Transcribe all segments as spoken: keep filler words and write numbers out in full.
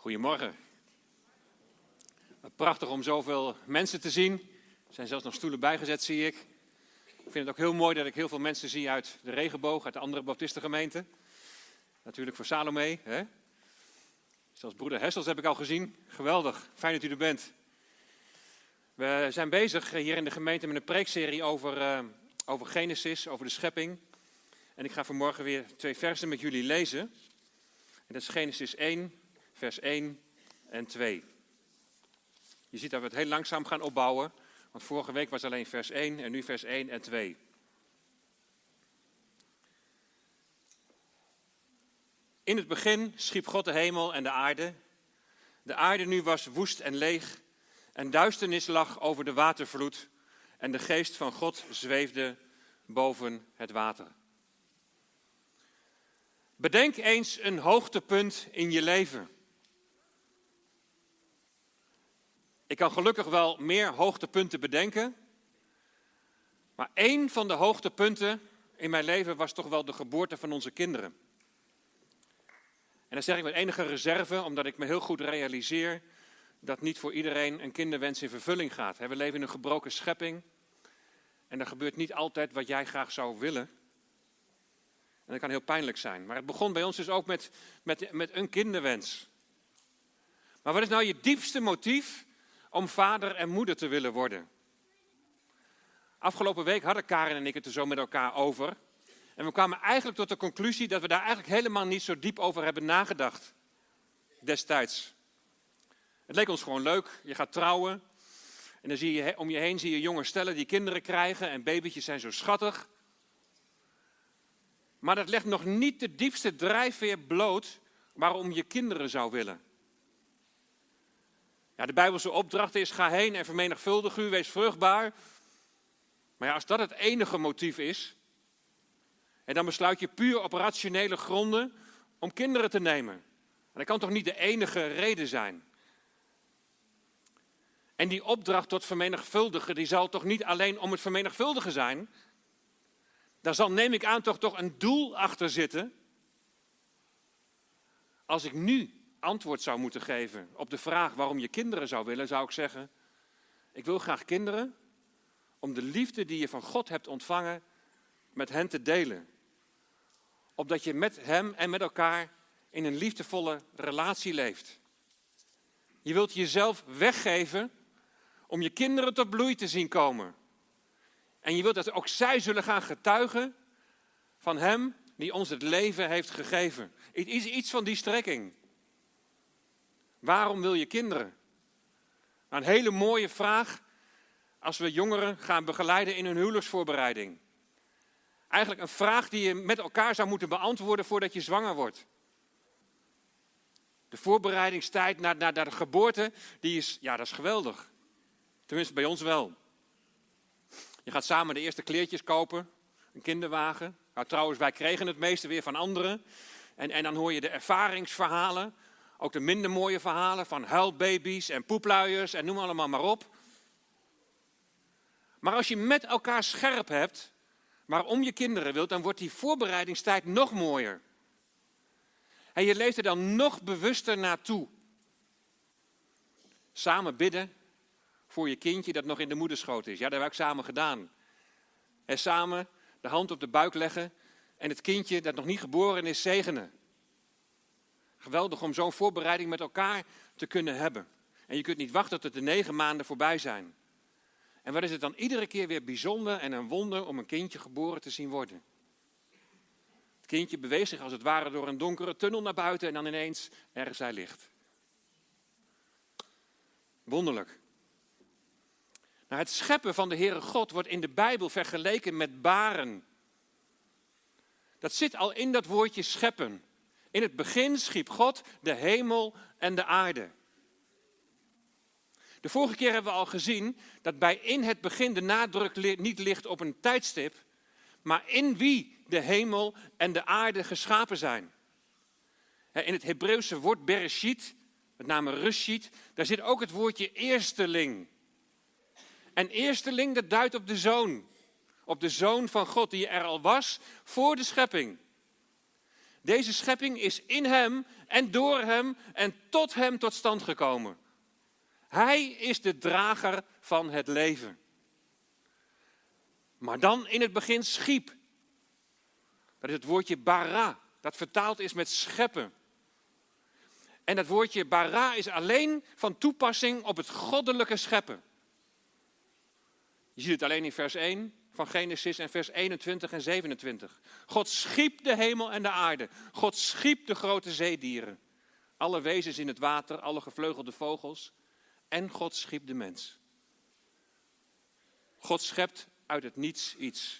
Goedemorgen. Prachtig om zoveel mensen te zien. Er zijn zelfs nog stoelen bijgezet, zie ik. Ik vind het ook heel mooi dat ik heel veel mensen zie uit de regenboog, uit de andere baptistengemeenten. Natuurlijk voor Salome. Hè? Zelfs broeder Hessels heb ik al gezien. Geweldig, fijn dat u er bent. We zijn bezig hier in de gemeente met een preekserie over, uh, over Genesis, over de schepping. En ik ga vanmorgen weer twee versen met jullie lezen. En dat is Genesis één, vers één en twee. Je ziet dat we het heel langzaam gaan opbouwen. Want vorige week was alleen vers één en nu vers één en twee. In het begin schiep God de hemel en de aarde. De aarde nu was woest en leeg. En duisternis lag over de watervloed. En de geest van God zweefde boven het water. Bedenk eens een hoogtepunt in je leven. Ik kan gelukkig wel meer hoogtepunten bedenken. Maar één van de hoogtepunten in mijn leven was toch wel de geboorte van onze kinderen. En dat zeg ik met enige reserve, omdat ik me heel goed realiseer dat niet voor iedereen een kinderwens in vervulling gaat. We leven in een gebroken schepping. En er gebeurt niet altijd wat jij graag zou willen. En dat kan heel pijnlijk zijn. Maar het begon bij ons dus ook met, met, met een kinderwens. Maar wat is nou je diepste motief om vader en moeder te willen worden? Afgelopen week hadden Karen en ik het er zo met elkaar over. En we kwamen eigenlijk tot de conclusie dat we daar eigenlijk helemaal niet zo diep over hebben nagedacht. Destijds. Het leek ons gewoon leuk. Je gaat trouwen. En dan zie je om je heen zie je jonge stellen die kinderen krijgen. En babytjes zijn zo schattig. Maar dat legt nog niet de diepste drijfveer bloot waarom je kinderen zou willen. Ja, de Bijbelse opdracht is: ga heen en vermenigvuldig u, wees vruchtbaar. Maar ja, als dat het enige motief is, en dan besluit je puur op rationele gronden om kinderen te nemen. En dat kan toch niet de enige reden zijn? En die opdracht tot vermenigvuldigen, die zal toch niet alleen om het vermenigvuldigen zijn? Daar zal, neem ik aan, toch, toch een doel achter zitten. Als ik nu antwoord zou moeten geven op de vraag waarom je kinderen zou willen, zou ik zeggen: ik wil graag kinderen om de liefde die je van God hebt ontvangen met hen te delen. Opdat je met hem en met elkaar in een liefdevolle relatie leeft. Je wilt jezelf weggeven om je kinderen tot bloei te zien komen. En je wilt dat ook zij zullen gaan getuigen van hem die ons het leven heeft gegeven. Iets, iets van die strekking. Waarom wil je kinderen? Nou, een hele mooie vraag als we jongeren gaan begeleiden in hun huwelijksvoorbereiding. Eigenlijk een vraag die je met elkaar zou moeten beantwoorden voordat je zwanger wordt. De voorbereidingstijd naar, naar, naar de geboorte, die is, ja, dat is geweldig. Tenminste bij ons wel. Je gaat samen de eerste kleertjes kopen, een kinderwagen. Nou, trouwens, wij kregen het meeste weer van anderen. En, en dan hoor je de ervaringsverhalen, ook de minder mooie verhalen van huilbaby's en poepluiers en noem allemaal maar op. Maar als je met elkaar scherp hebt waarom je kinderen wilt, dan wordt die voorbereidingstijd nog mooier. En je leeft er dan nog bewuster naartoe. Samen bidden voor je kindje dat nog in de moederschoot is. Ja, dat hebben we ook samen gedaan. En samen de hand op de buik leggen en het kindje dat nog niet geboren is zegenen. Geweldig om zo'n voorbereiding met elkaar te kunnen hebben. En je kunt niet wachten tot de negen maanden voorbij zijn. En wat is het dan iedere keer weer bijzonder en een wonder om een kindje geboren te zien worden. Het kindje beweegt zich als het ware door een donkere tunnel naar buiten en dan ineens ergens hij ligt. Wonderlijk. Nou, het scheppen van de Heere God wordt in de Bijbel vergeleken met baren. Dat zit al in dat woordje scheppen. In het begin schiep God de hemel en de aarde. De vorige keer hebben we al gezien dat bij in het begin de nadruk niet ligt op een tijdstip, maar in wie de hemel en de aarde geschapen zijn. In het Hebreeuwse woord bereshit, met name reshit, daar zit ook het woordje eersteling. En eersteling, dat duidt op de zoon. Op de zoon van God die er al was voor de schepping. Deze schepping is in hem en door hem en tot hem tot stand gekomen. Hij is de drager van het leven. Maar dan in het begin schiep. Dat is het woordje bara, dat vertaald is met scheppen. En dat woordje bara is alleen van toepassing op het goddelijke scheppen. Je ziet het alleen in vers één van Genesis en vers eenentwintig en zevenentwintig. God schiep de hemel en de aarde. God schiep de grote zeedieren. Alle wezens in het water, alle gevleugelde vogels. En God schiep de mens. God schept uit het niets iets.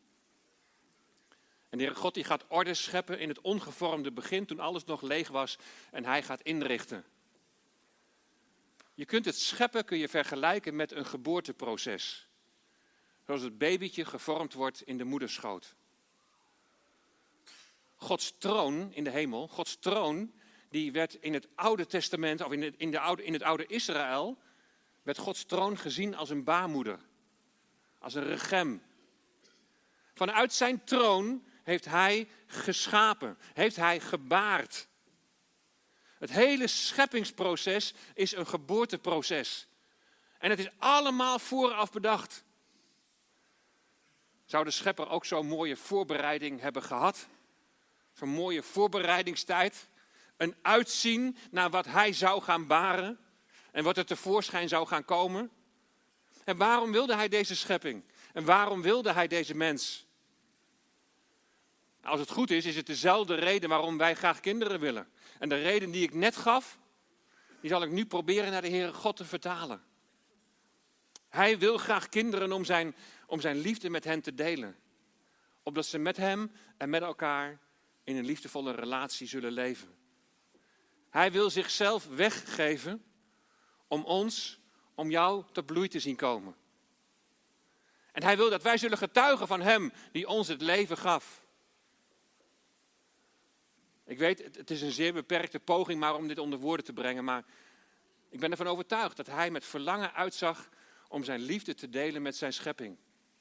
En de Heere God die gaat orde scheppen in het ongevormde begin, toen alles nog leeg was. En hij gaat inrichten. Je kunt het scheppen kun je vergelijken met een geboorteproces. Zoals het babytje gevormd wordt in de moederschoot. Gods troon in de hemel, Gods troon, die werd in het Oude Testament, of in het, in de oude, in het oude Israël, werd Gods troon gezien als een baarmoeder. Als een regem. Vanuit zijn troon heeft hij geschapen, heeft hij gebaard. Het hele scheppingsproces is een geboorteproces. En het is allemaal vooraf bedacht. Zou de schepper ook zo'n mooie voorbereiding hebben gehad? Zo'n mooie voorbereidingstijd? Een uitzien naar wat hij zou gaan baren? En wat er tevoorschijn zou gaan komen? En waarom wilde hij deze schepping? En waarom wilde hij deze mens? Als het goed is, is het dezelfde reden waarom wij graag kinderen willen. En de reden die ik net gaf, die zal ik nu proberen naar de Heere God te vertalen. Hij wil graag kinderen om zijn, om zijn liefde met hen te delen. Opdat ze met hem en met elkaar in een liefdevolle relatie zullen leven. Hij wil zichzelf weggeven om ons, om jou tot bloei te zien komen. En hij wil dat wij zullen getuigen van hem die ons het leven gaf. Ik weet, het is een zeer beperkte poging maar om dit onder woorden te brengen. Maar ik ben ervan overtuigd dat hij met verlangen uitzag om zijn liefde te delen met zijn schepping.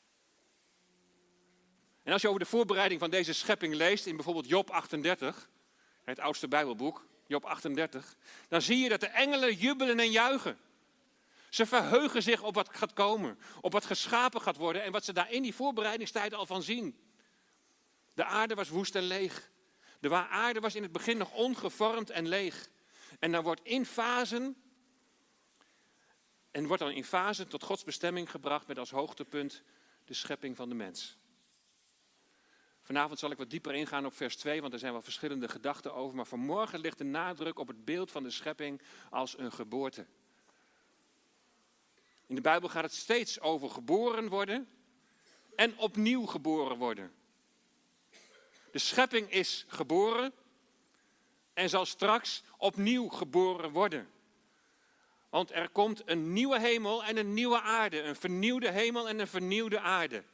En als je over de voorbereiding van deze schepping leest in bijvoorbeeld Job achtendertig, het oudste Bijbelboek, Job achtendertig, dan zie je dat de engelen jubelen en juichen. Ze verheugen zich op wat gaat komen, op wat geschapen gaat worden en wat ze daar in die voorbereidingstijd al van zien. De aarde was woest en leeg. De aarde was in het begin nog ongevormd en leeg. En dan wordt in fasen, en wordt dan in fasen tot Gods bestemming gebracht met als hoogtepunt de schepping van de mens. Vanavond zal ik wat dieper ingaan op vers twee, want er zijn wel verschillende gedachten over. Maar vanmorgen ligt de nadruk op het beeld van de schepping als een geboorte. In de Bijbel gaat het steeds over geboren worden en opnieuw geboren worden. De schepping is geboren en zal straks opnieuw geboren worden. Want er komt een nieuwe hemel en een nieuwe aarde. Een vernieuwde hemel en een vernieuwde aarde.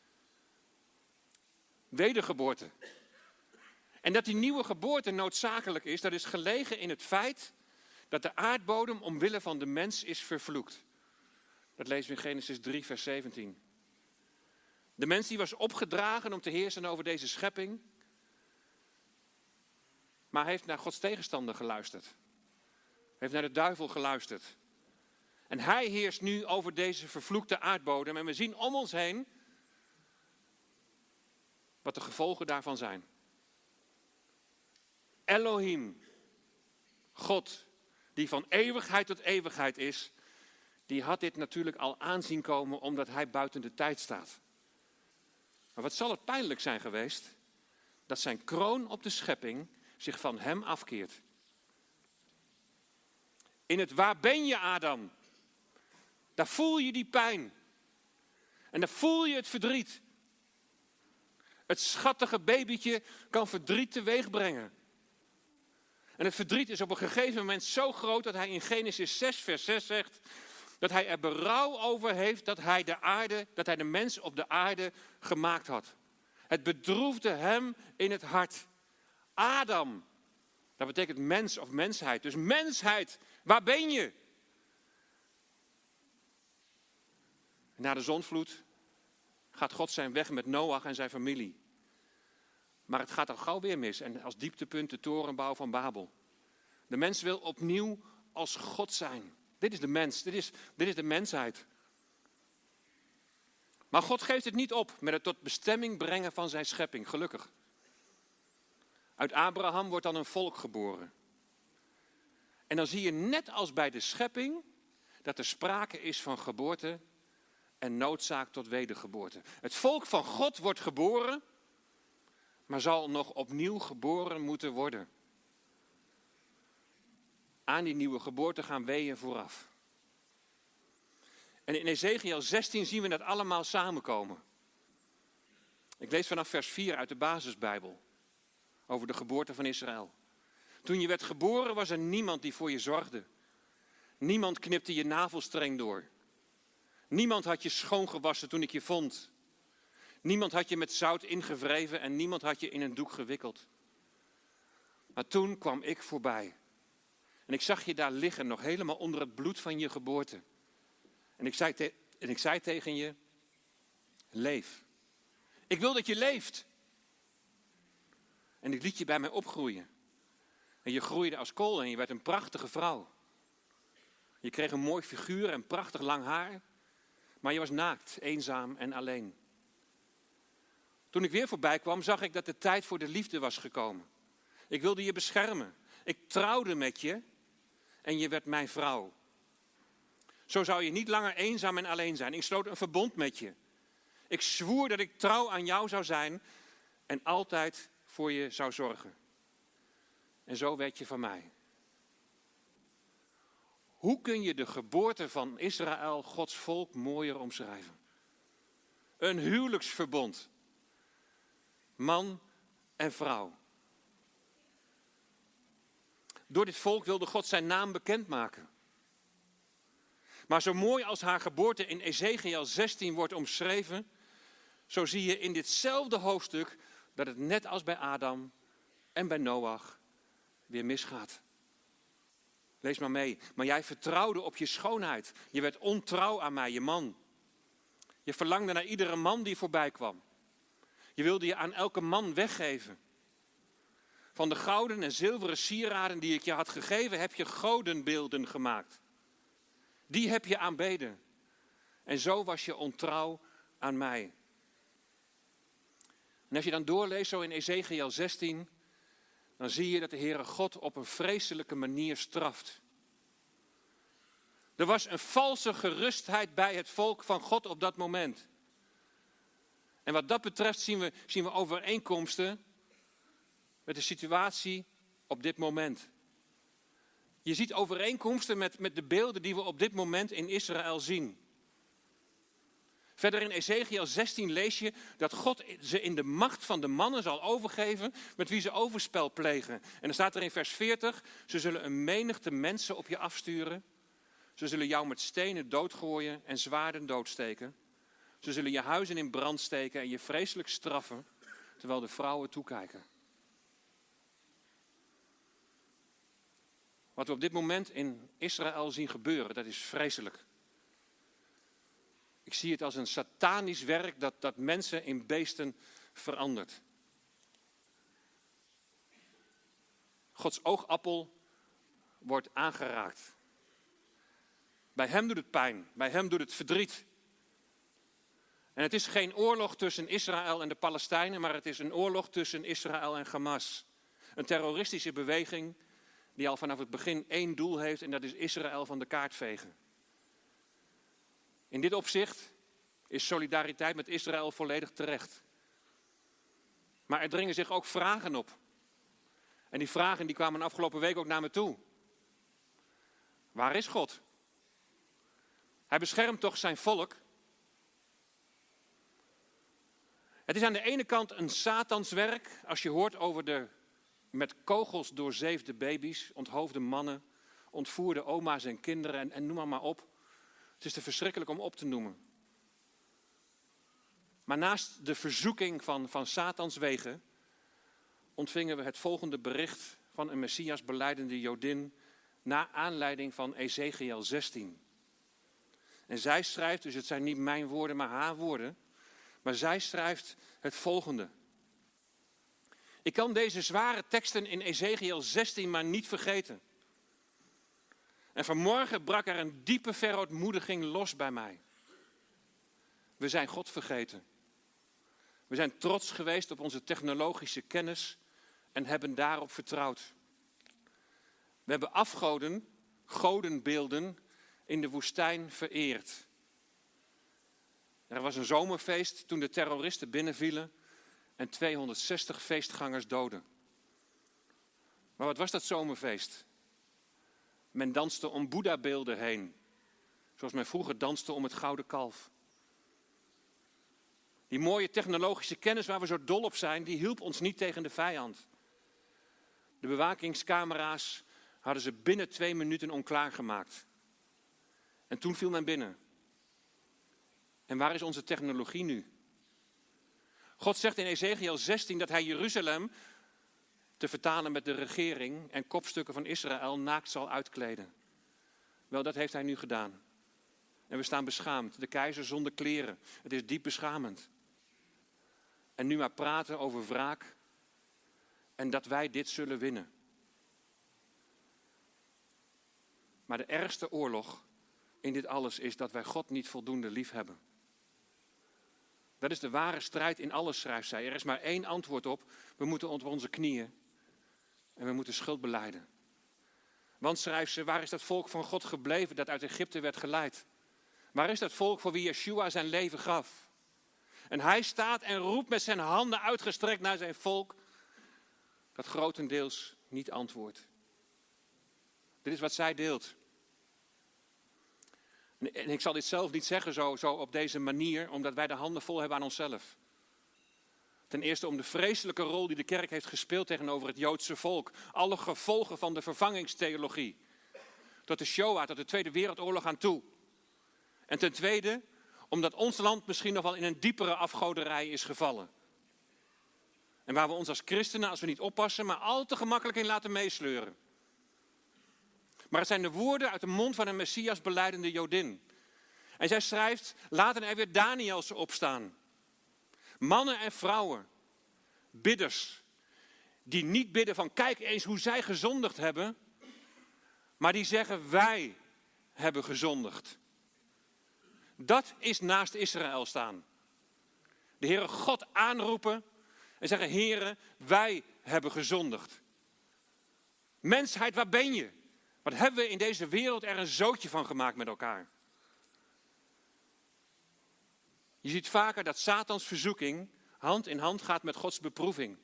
Wedergeboorte. En dat die nieuwe geboorte noodzakelijk is, dat is gelegen in het feit dat de aardbodem omwille van de mens is vervloekt. Dat lezen we in Genesis drie, vers zeventien. De mens die was opgedragen om te heersen over deze schepping, maar heeft naar Gods tegenstander geluisterd. Heeft naar de duivel geluisterd. En hij heerst nu over deze vervloekte aardbodem. En we zien om ons heen wat de gevolgen daarvan zijn. Elohim, God, die van eeuwigheid tot eeuwigheid is, die had dit natuurlijk al aanzien komen omdat hij buiten de tijd staat. Maar wat zal het pijnlijk zijn geweest dat zijn kroon op de schepping zich van hem afkeert. In het waar ben je, Adam? Daar voel je die pijn. En daar voel je het verdriet. Het schattige babytje kan verdriet teweeg brengen. En het verdriet is op een gegeven moment zo groot dat hij in Genesis zes vers zes zegt dat hij er berouw over heeft dat hij de aarde, dat hij de mens op de aarde gemaakt had. Het bedroefde hem in het hart. Adam, dat betekent mens of mensheid. Dus mensheid, waar ben je? Na de zondvloed gaat God zijn weg met Noach en zijn familie. Maar het gaat al gauw weer mis. En als dieptepunt de torenbouw van Babel. De mens wil opnieuw als God zijn. Dit is de mens, dit is, dit is de mensheid. Maar God geeft het niet op met het tot bestemming brengen van zijn schepping, gelukkig. Uit Abraham wordt dan een volk geboren. En dan zie je net als bij de schepping dat er sprake is van geboorte en noodzaak tot wedergeboorte. Het volk van God wordt geboren, maar zal nog opnieuw geboren moeten worden. Aan die nieuwe geboorte gaan weeën vooraf. En in Ezechiël zestien zien we dat allemaal samenkomen. Ik lees vanaf vers vier uit de basisbijbel. Over de geboorte van Israël. Toen je werd geboren was er niemand die voor je zorgde. Niemand knipte je navelstreng door. Niemand had je schoongewassen toen ik je vond. Niemand had je met zout ingewreven en niemand had je in een doek gewikkeld. Maar toen kwam ik voorbij. En ik zag je daar liggen, nog helemaal onder het bloed van je geboorte. En ik zei, te- en ik zei tegen je, leef. Ik wil dat je leeft. En ik liet je bij mij opgroeien. En je groeide als kool en je werd een prachtige vrouw. Je kreeg een mooi figuur en prachtig lang haar. Maar je was naakt, eenzaam en alleen. Toen ik weer voorbij kwam, zag ik dat de tijd voor de liefde was gekomen. Ik wilde je beschermen. Ik trouwde met je en je werd mijn vrouw. Zo zou je niet langer eenzaam en alleen zijn. Ik sloot een verbond met je. Ik zwoer dat ik trouw aan jou zou zijn en altijd voor je zou zorgen. En zo werd je van mij. Hoe kun je de geboorte van Israël, Gods volk, mooier omschrijven? Een huwelijksverbond. Man en vrouw. Door dit volk wilde God zijn naam bekendmaken. Maar zo mooi als haar geboorte in Ezechiël zestien wordt omschreven, zo zie je in ditzelfde hoofdstuk dat het net als bij Adam en bij Noach weer misgaat. Lees maar mee. Maar jij vertrouwde op je schoonheid. Je werd ontrouw aan mij, je man. Je verlangde naar iedere man die voorbij kwam. Je wilde je aan elke man weggeven. Van de gouden en zilveren sieraden die ik je had gegeven, heb je godenbeelden gemaakt. Die heb je aanbeden. En zo was je ontrouw aan mij. En als je dan doorleest zo in Ezechiël zestien, dan zie je dat de Heere God op een vreselijke manier straft. Er was een valse gerustheid bij het volk van God op dat moment. En wat dat betreft zien we, zien we overeenkomsten met de situatie op dit moment. Je ziet overeenkomsten met, met de beelden die we op dit moment in Israël zien. Verder in Ezechiël zestien lees je dat God ze in de macht van de mannen zal overgeven met wie ze overspel plegen. En dan staat er in vers veertig, ze zullen een menigte mensen op je afsturen. Ze zullen jou met stenen doodgooien en zwaarden doodsteken. Ze zullen je huizen in brand steken en je vreselijk straffen, terwijl de vrouwen toekijken. Wat we op dit moment in Israël zien gebeuren, dat is vreselijk. Ik zie het als een satanisch werk dat, dat mensen in beesten verandert. Gods oogappel wordt aangeraakt. Bij hem doet het pijn, bij hem doet het verdriet. En het is geen oorlog tussen Israël en de Palestijnen, maar het is een oorlog tussen Israël en Hamas. Een terroristische beweging die al vanaf het begin één doel heeft en dat is Israël van de kaart vegen. In dit opzicht is solidariteit met Israël volledig terecht. Maar er dringen zich ook vragen op. En die vragen die kwamen afgelopen week ook naar me toe. Waar is God? Hij beschermt toch zijn volk? Het is aan de ene kant een satanswerk als je hoort over de met kogels doorzeefde baby's, onthoofde mannen, ontvoerde oma's en kinderen en, en noem maar, maar op. Het is te verschrikkelijk om op te noemen. Maar naast de verzoeking van, van Satans wegen ontvingen we het volgende bericht van een Messias belijdende Jodin na aanleiding van Ezechiël zestien. En zij schrijft, dus het zijn niet mijn woorden, maar haar woorden, maar zij schrijft het volgende. Ik kan deze zware teksten in Ezechiël zestien maar niet vergeten. En vanmorgen brak er een diepe verootmoediging los bij mij. We zijn God vergeten. We zijn trots geweest op onze technologische kennis en hebben daarop vertrouwd. We hebben afgoden, godenbeelden in de woestijn vereerd. Er was een zomerfeest toen de terroristen binnenvielen en tweehonderdzestig feestgangers doden. Maar wat was dat zomerfeest? Men danste om Boeddha-beelden heen, zoals men vroeger danste om het gouden kalf. Die mooie technologische kennis waar we zo dol op zijn, die hielp ons niet tegen de vijand. De bewakingscamera's hadden ze binnen twee minuten onklaargemaakt. En toen viel men binnen. En waar is onze technologie nu? God zegt in Ezechiël zestien dat hij Jeruzalem, te vertalen met de regering en kopstukken van Israël, naakt zal uitkleden. Wel, dat heeft hij nu gedaan. En we staan beschaamd. De keizer zonder kleren. Het is diep beschamend. En nu maar praten over wraak en dat wij dit zullen winnen. Maar de ergste oorlog in dit alles is dat wij God niet voldoende lief hebben. Dat is de ware strijd in alles, schrijft zij. Er is maar één antwoord op. We moeten op onze knieën en we moeten schuld belijden. Want, schrijft ze, waar is dat volk van God gebleven dat uit Egypte werd geleid? Waar is dat volk voor wie Yeshua zijn leven gaf? En hij staat en roept met zijn handen uitgestrekt naar zijn volk, dat grotendeels niet antwoordt. Dit is wat zij deelt. En ik zal dit zelf niet zeggen zo, zo op deze manier, omdat wij de handen vol hebben aan onszelf. Ten eerste om de vreselijke rol die de kerk heeft gespeeld tegenover het Joodse volk. Alle gevolgen van de vervangingstheologie. Tot de Shoah, tot de Tweede Wereldoorlog aan toe. En ten tweede, omdat ons land misschien nog wel in een diepere afgoderij is gevallen. En waar we ons als christenen, als we niet oppassen, maar al te gemakkelijk in laten meesleuren. Maar het zijn de woorden uit de mond van een Messias belijdende Jodin. En zij schrijft, laten er weer Daniëls opstaan. Mannen en vrouwen, bidders, die niet bidden van kijk eens hoe zij gezondigd hebben, maar die zeggen wij hebben gezondigd. Dat is naast Israël staan. De Heere God aanroepen en zeggen, Heere, wij hebben gezondigd. Mensheid, waar ben je? Wat hebben we in deze wereld er een zootje van gemaakt met elkaar? Je ziet vaker dat Satans verzoeking hand in hand gaat met Gods beproeving.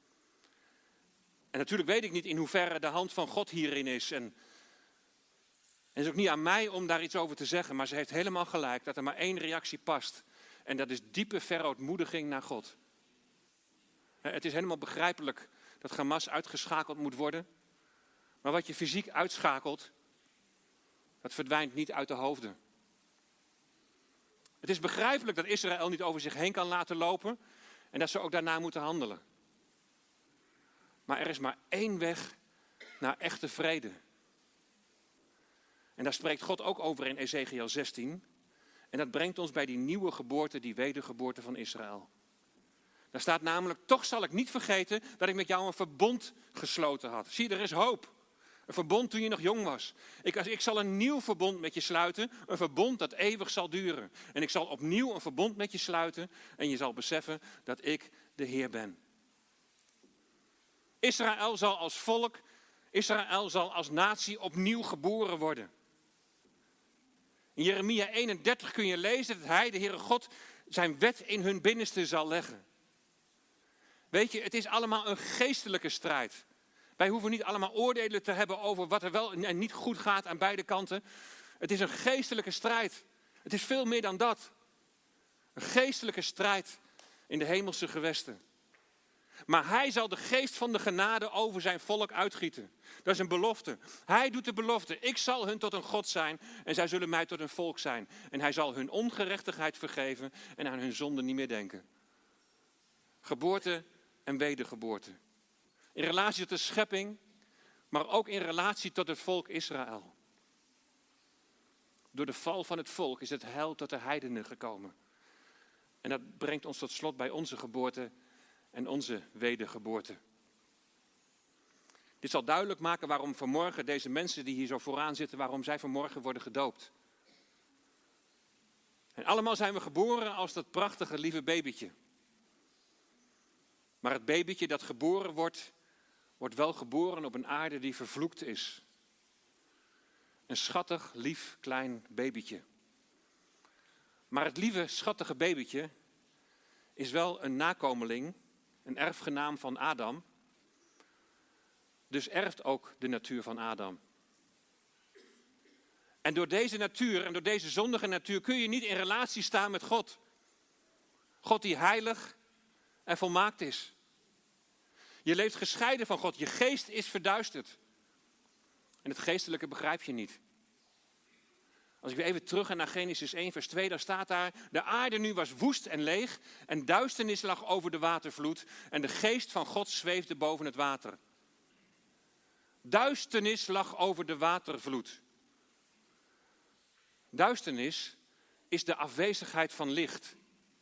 En natuurlijk weet ik niet in hoeverre de hand van God hierin is. En, en het is ook niet aan mij om daar iets over te zeggen. Maar ze heeft helemaal gelijk dat er maar één reactie past. En dat is diepe verootmoediging naar God. Het is helemaal begrijpelijk dat Hamas uitgeschakeld moet worden. Maar wat je fysiek uitschakelt, dat verdwijnt niet uit de hoofden. Het is begrijpelijk dat Israël niet over zich heen kan laten lopen en dat ze ook daarna moeten handelen. Maar er is maar één weg naar echte vrede. En daar spreekt God ook over in Ezechiël zestien. En dat brengt ons bij die nieuwe geboorte, die wedergeboorte van Israël. Daar staat namelijk, toch zal ik niet vergeten dat ik met jou een verbond gesloten had. Zie, er is hoop. Een verbond toen je nog jong was. Ik, ik zal een nieuw verbond met je sluiten. Een verbond dat eeuwig zal duren. En ik zal opnieuw een verbond met je sluiten. En je zal beseffen dat ik de Heer ben. Israël zal als volk, Israël zal als natie opnieuw geboren worden. In Jeremia eenendertig kun je lezen dat hij, de Heere God, zijn wet in hun binnenste zal leggen. Weet je, het is allemaal een geestelijke strijd. Wij hoeven niet allemaal oordelen te hebben over wat er wel en niet goed gaat aan beide kanten. Het is een geestelijke strijd. Het is veel meer dan dat. Een geestelijke strijd in de hemelse gewesten. Maar hij zal de geest van de genade over zijn volk uitgieten. Dat is een belofte. Hij doet de belofte. Ik zal hun tot een God zijn en zij zullen mij tot een volk zijn. En hij zal hun ongerechtigheid vergeven en aan hun zonde niet meer denken. Geboorte en wedergeboorte. In relatie tot de schepping, maar ook in relatie tot het volk Israël. Door de val van het volk is het heil tot de heidenen gekomen. En dat brengt ons tot slot bij onze geboorte en onze wedergeboorte. Dit zal duidelijk maken waarom vanmorgen deze mensen die hier zo vooraan zitten, waarom zij vanmorgen worden gedoopt. En allemaal zijn we geboren als dat prachtige, lieve babytje. Maar het babytje dat geboren wordt, wordt wel geboren op een aarde die vervloekt is. Een schattig, lief, klein babytje. Maar het lieve, schattige babytje is wel een nakomeling, een erfgenaam van Adam. Dus erft ook de natuur van Adam. En door deze natuur en door deze zondige natuur kun je niet in relatie staan met God. God die heilig en volmaakt is. Je leeft gescheiden van God. Je geest is verduisterd. En het geestelijke begrijp je niet. Als ik weer even terug ga naar Genesis één vers twee, dan staat daar: de aarde nu was woest en leeg en duisternis lag over de watervloed en de geest van God zweefde boven het water. Duisternis lag over de watervloed. Duisternis is de afwezigheid van licht.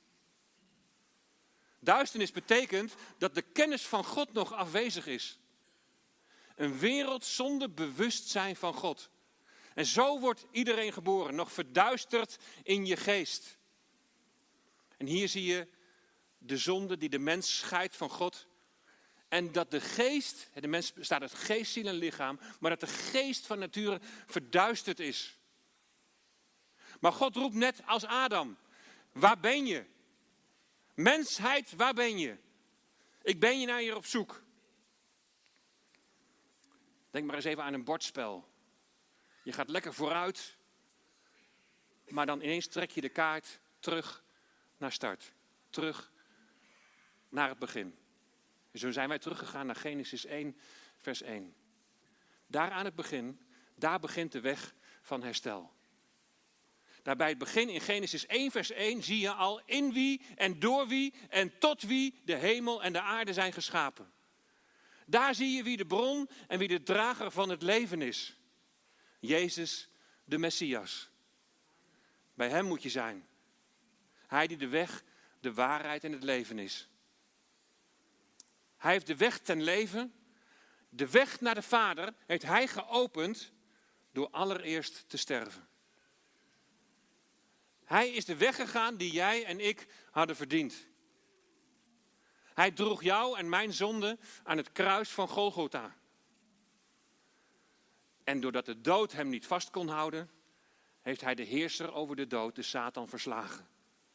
Duisternis betekent dat de kennis van God nog afwezig is. Een wereld zonder bewustzijn van God. En zo wordt iedereen geboren, nog verduisterd in je geest. En hier zie je de zonde die de mens scheidt van God. En dat de geest, de mens bestaat uit geest, ziel en lichaam, maar dat de geest van nature verduisterd is. Maar God roept net als Adam: waar ben je? Mensheid, waar ben je? Ik ben je naar hier op zoek. Denk maar eens even aan een bordspel. Je gaat lekker vooruit, maar dan ineens trek je de kaart terug naar start. Terug naar het begin. Zo zijn wij teruggegaan naar Genesis één, vers één. Daar aan het begin, daar begint de weg van herstel. Daar bij het begin in Genesis één, vers één zie je al in wie en door wie en tot wie de hemel en de aarde zijn geschapen. Daar zie je wie de bron en wie de drager van het leven is. Jezus, de Messias. Bij hem moet je zijn. Hij die de weg, de waarheid en het leven is. Hij heeft de weg ten leven, de weg naar de Vader, heeft hij geopend door allereerst te sterven. Hij is de weg gegaan die jij en ik hadden verdiend. Hij droeg jou en mijn zonde aan het kruis van Golgotha. En doordat de dood hem niet vast kon houden, heeft hij de heerser over de dood, de Satan, verslagen.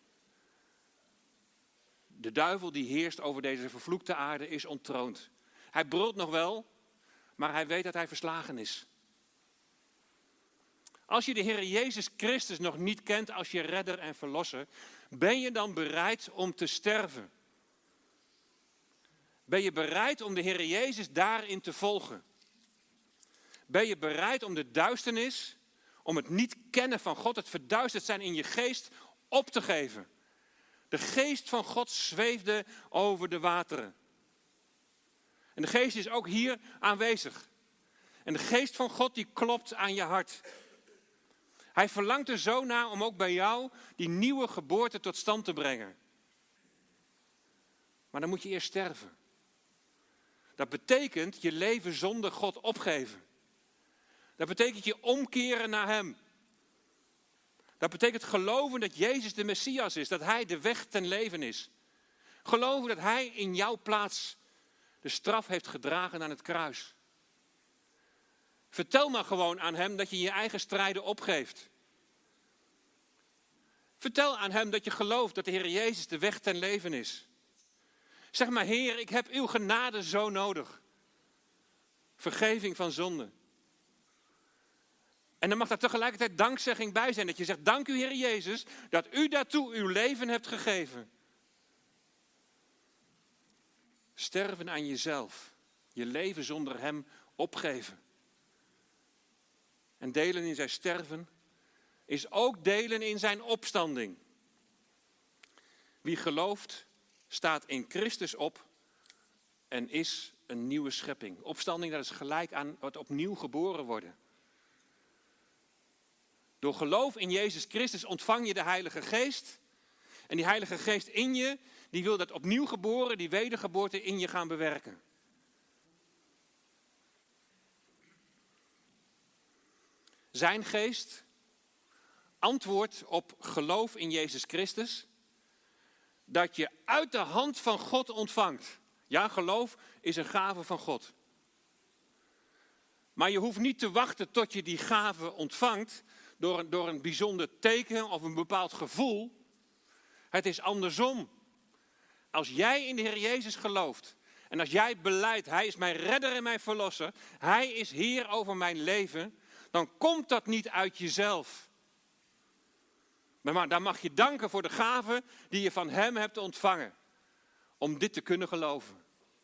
De duivel die heerst over deze vervloekte aarde is onttroond. Hij brult nog wel, maar hij weet dat hij verslagen is. Als je de Heer Jezus Christus nog niet kent als je redder en verlosser, ben je dan bereid om te sterven? Ben je bereid om de Heer Jezus daarin te volgen? Ben je bereid om de duisternis, om het niet kennen van God, het verduisterd zijn in je geest, op te geven? De geest van God zweefde over de wateren. En de geest is ook hier aanwezig. En de geest van God die klopt aan je hart. Hij verlangt er zo naar om ook bij jou die nieuwe geboorte tot stand te brengen. Maar dan moet je eerst sterven. Dat betekent je leven zonder God opgeven. Dat betekent je omkeren naar hem. Dat betekent geloven dat Jezus de Messias is, dat hij de weg ten leven is. Geloven dat hij in jouw plaats de straf heeft gedragen aan het kruis. Vertel maar gewoon aan hem dat je je eigen strijden opgeeft. Vertel aan hem dat je gelooft dat de Heer Jezus de weg ten leven is. Zeg maar: Heer, ik heb uw genade zo nodig. Vergeving van zonde. En dan mag daar tegelijkertijd dankzegging bij zijn. Dat je zegt: dank u, Heer Jezus, dat u daartoe uw leven hebt gegeven. Sterven aan jezelf. Je leven zonder hem opgeven. En delen in zijn sterven is ook delen in zijn opstanding. Wie gelooft, staat in Christus op en is een nieuwe schepping. Opstanding, dat is gelijk aan het opnieuw geboren worden. Door geloof in Jezus Christus ontvang je de Heilige Geest. En die Heilige Geest in je, die wil dat opnieuw geboren, die wedergeboorte in je gaan bewerken. Zijn geest, antwoord op geloof in Jezus Christus, dat je uit de hand van God ontvangt. Ja, geloof is een gave van God. Maar je hoeft niet te wachten tot je die gave ontvangt door een, door een bijzonder teken of een bepaald gevoel. Het is andersom. Als jij in de Heer Jezus gelooft en als jij belijdt, hij is mijn redder en mijn verlosser, hij is Heer over mijn leven, dan komt dat niet uit jezelf. Maar dan mag je danken voor de gave die je van hem hebt ontvangen. Om dit te kunnen geloven.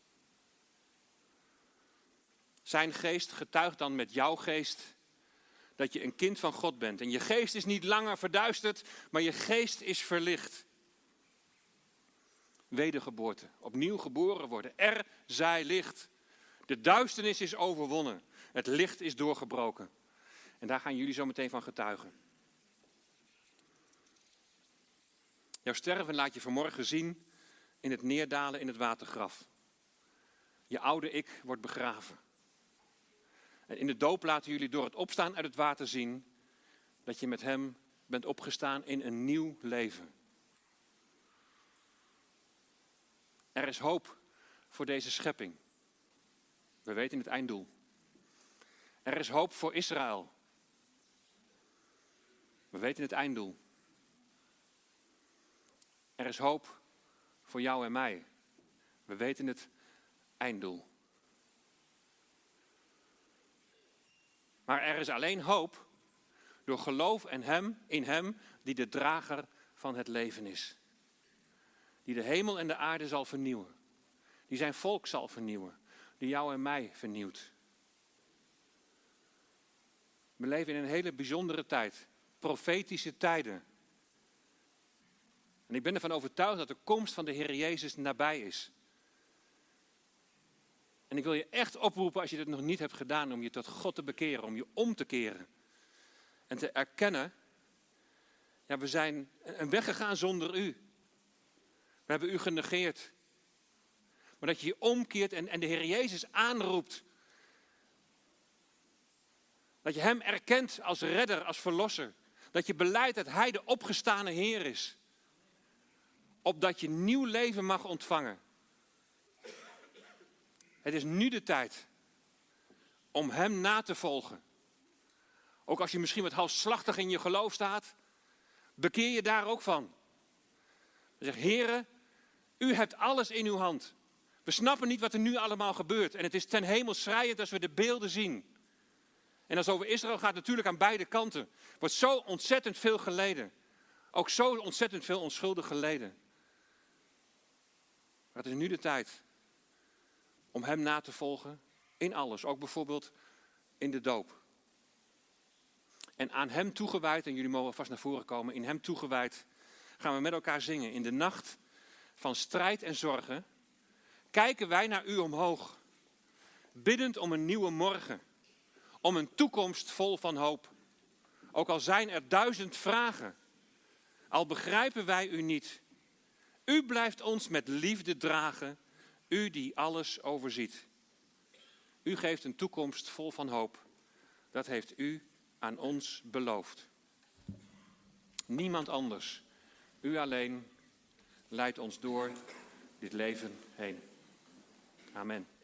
Zijn geest getuigt dan met jouw geest dat je een kind van God bent. En je geest is niet langer verduisterd, maar je geest is verlicht. Wedergeboorte, opnieuw geboren worden. Er zij licht. De duisternis is overwonnen. Het licht is doorgebroken. En daar gaan jullie zo meteen van getuigen. Jouw sterven laat je vanmorgen zien in het neerdalen in het watergraf. Je oude ik wordt begraven. En in de doop laten jullie door het opstaan uit het water zien dat je met hem bent opgestaan in een nieuw leven. Er is hoop voor deze schepping. We weten het einddoel. Er is hoop voor Israël. We weten het einddoel. Er is hoop voor jou en mij. We weten het einddoel. Maar er is alleen hoop door geloof in hem, in hem die de drager van het leven is. Die de hemel en de aarde zal vernieuwen. Die zijn volk zal vernieuwen. Die jou en mij vernieuwt. We leven in een hele bijzondere tijd. Profetische tijden. En ik ben ervan overtuigd dat de komst van de Heer Jezus nabij is. En ik wil je echt oproepen, als je dit nog niet hebt gedaan, om je tot God te bekeren, om je om te keren. En te erkennen, ja, we zijn een weg gegaan zonder u. We hebben u genegeerd. Maar dat je je omkeert en, en de Heer Jezus aanroept. Dat je hem erkent als redder, als verlosser. Dat je belijdt dat hij de opgestane Heer is. Opdat je nieuw leven mag ontvangen. Het is nu de tijd om hem na te volgen. Ook als je misschien wat halfslachtig in je geloof staat, bekeer je daar ook van. Zeg, Heere, u hebt alles in uw hand. We snappen niet wat er nu allemaal gebeurt. En het is ten hemel schreiend als we de beelden zien. En als het over Israël gaat, natuurlijk aan beide kanten. Wordt zo ontzettend veel geleden. Ook zo ontzettend veel onschuldig geleden. Maar het is nu de tijd om hem na te volgen in alles. Ook bijvoorbeeld in de doop. En aan hem toegewijd, en jullie mogen vast naar voren komen, in hem toegewijd gaan we met elkaar zingen. In de nacht van strijd en zorgen kijken wij naar u omhoog. Biddend om een nieuwe morgen. Om een toekomst vol van hoop. Ook al zijn er duizend vragen. Al begrijpen wij u niet. U blijft ons met liefde dragen. U die alles overziet. U geeft een toekomst vol van hoop. Dat heeft u aan ons beloofd. Niemand anders. U alleen leidt ons door dit leven heen. Amen.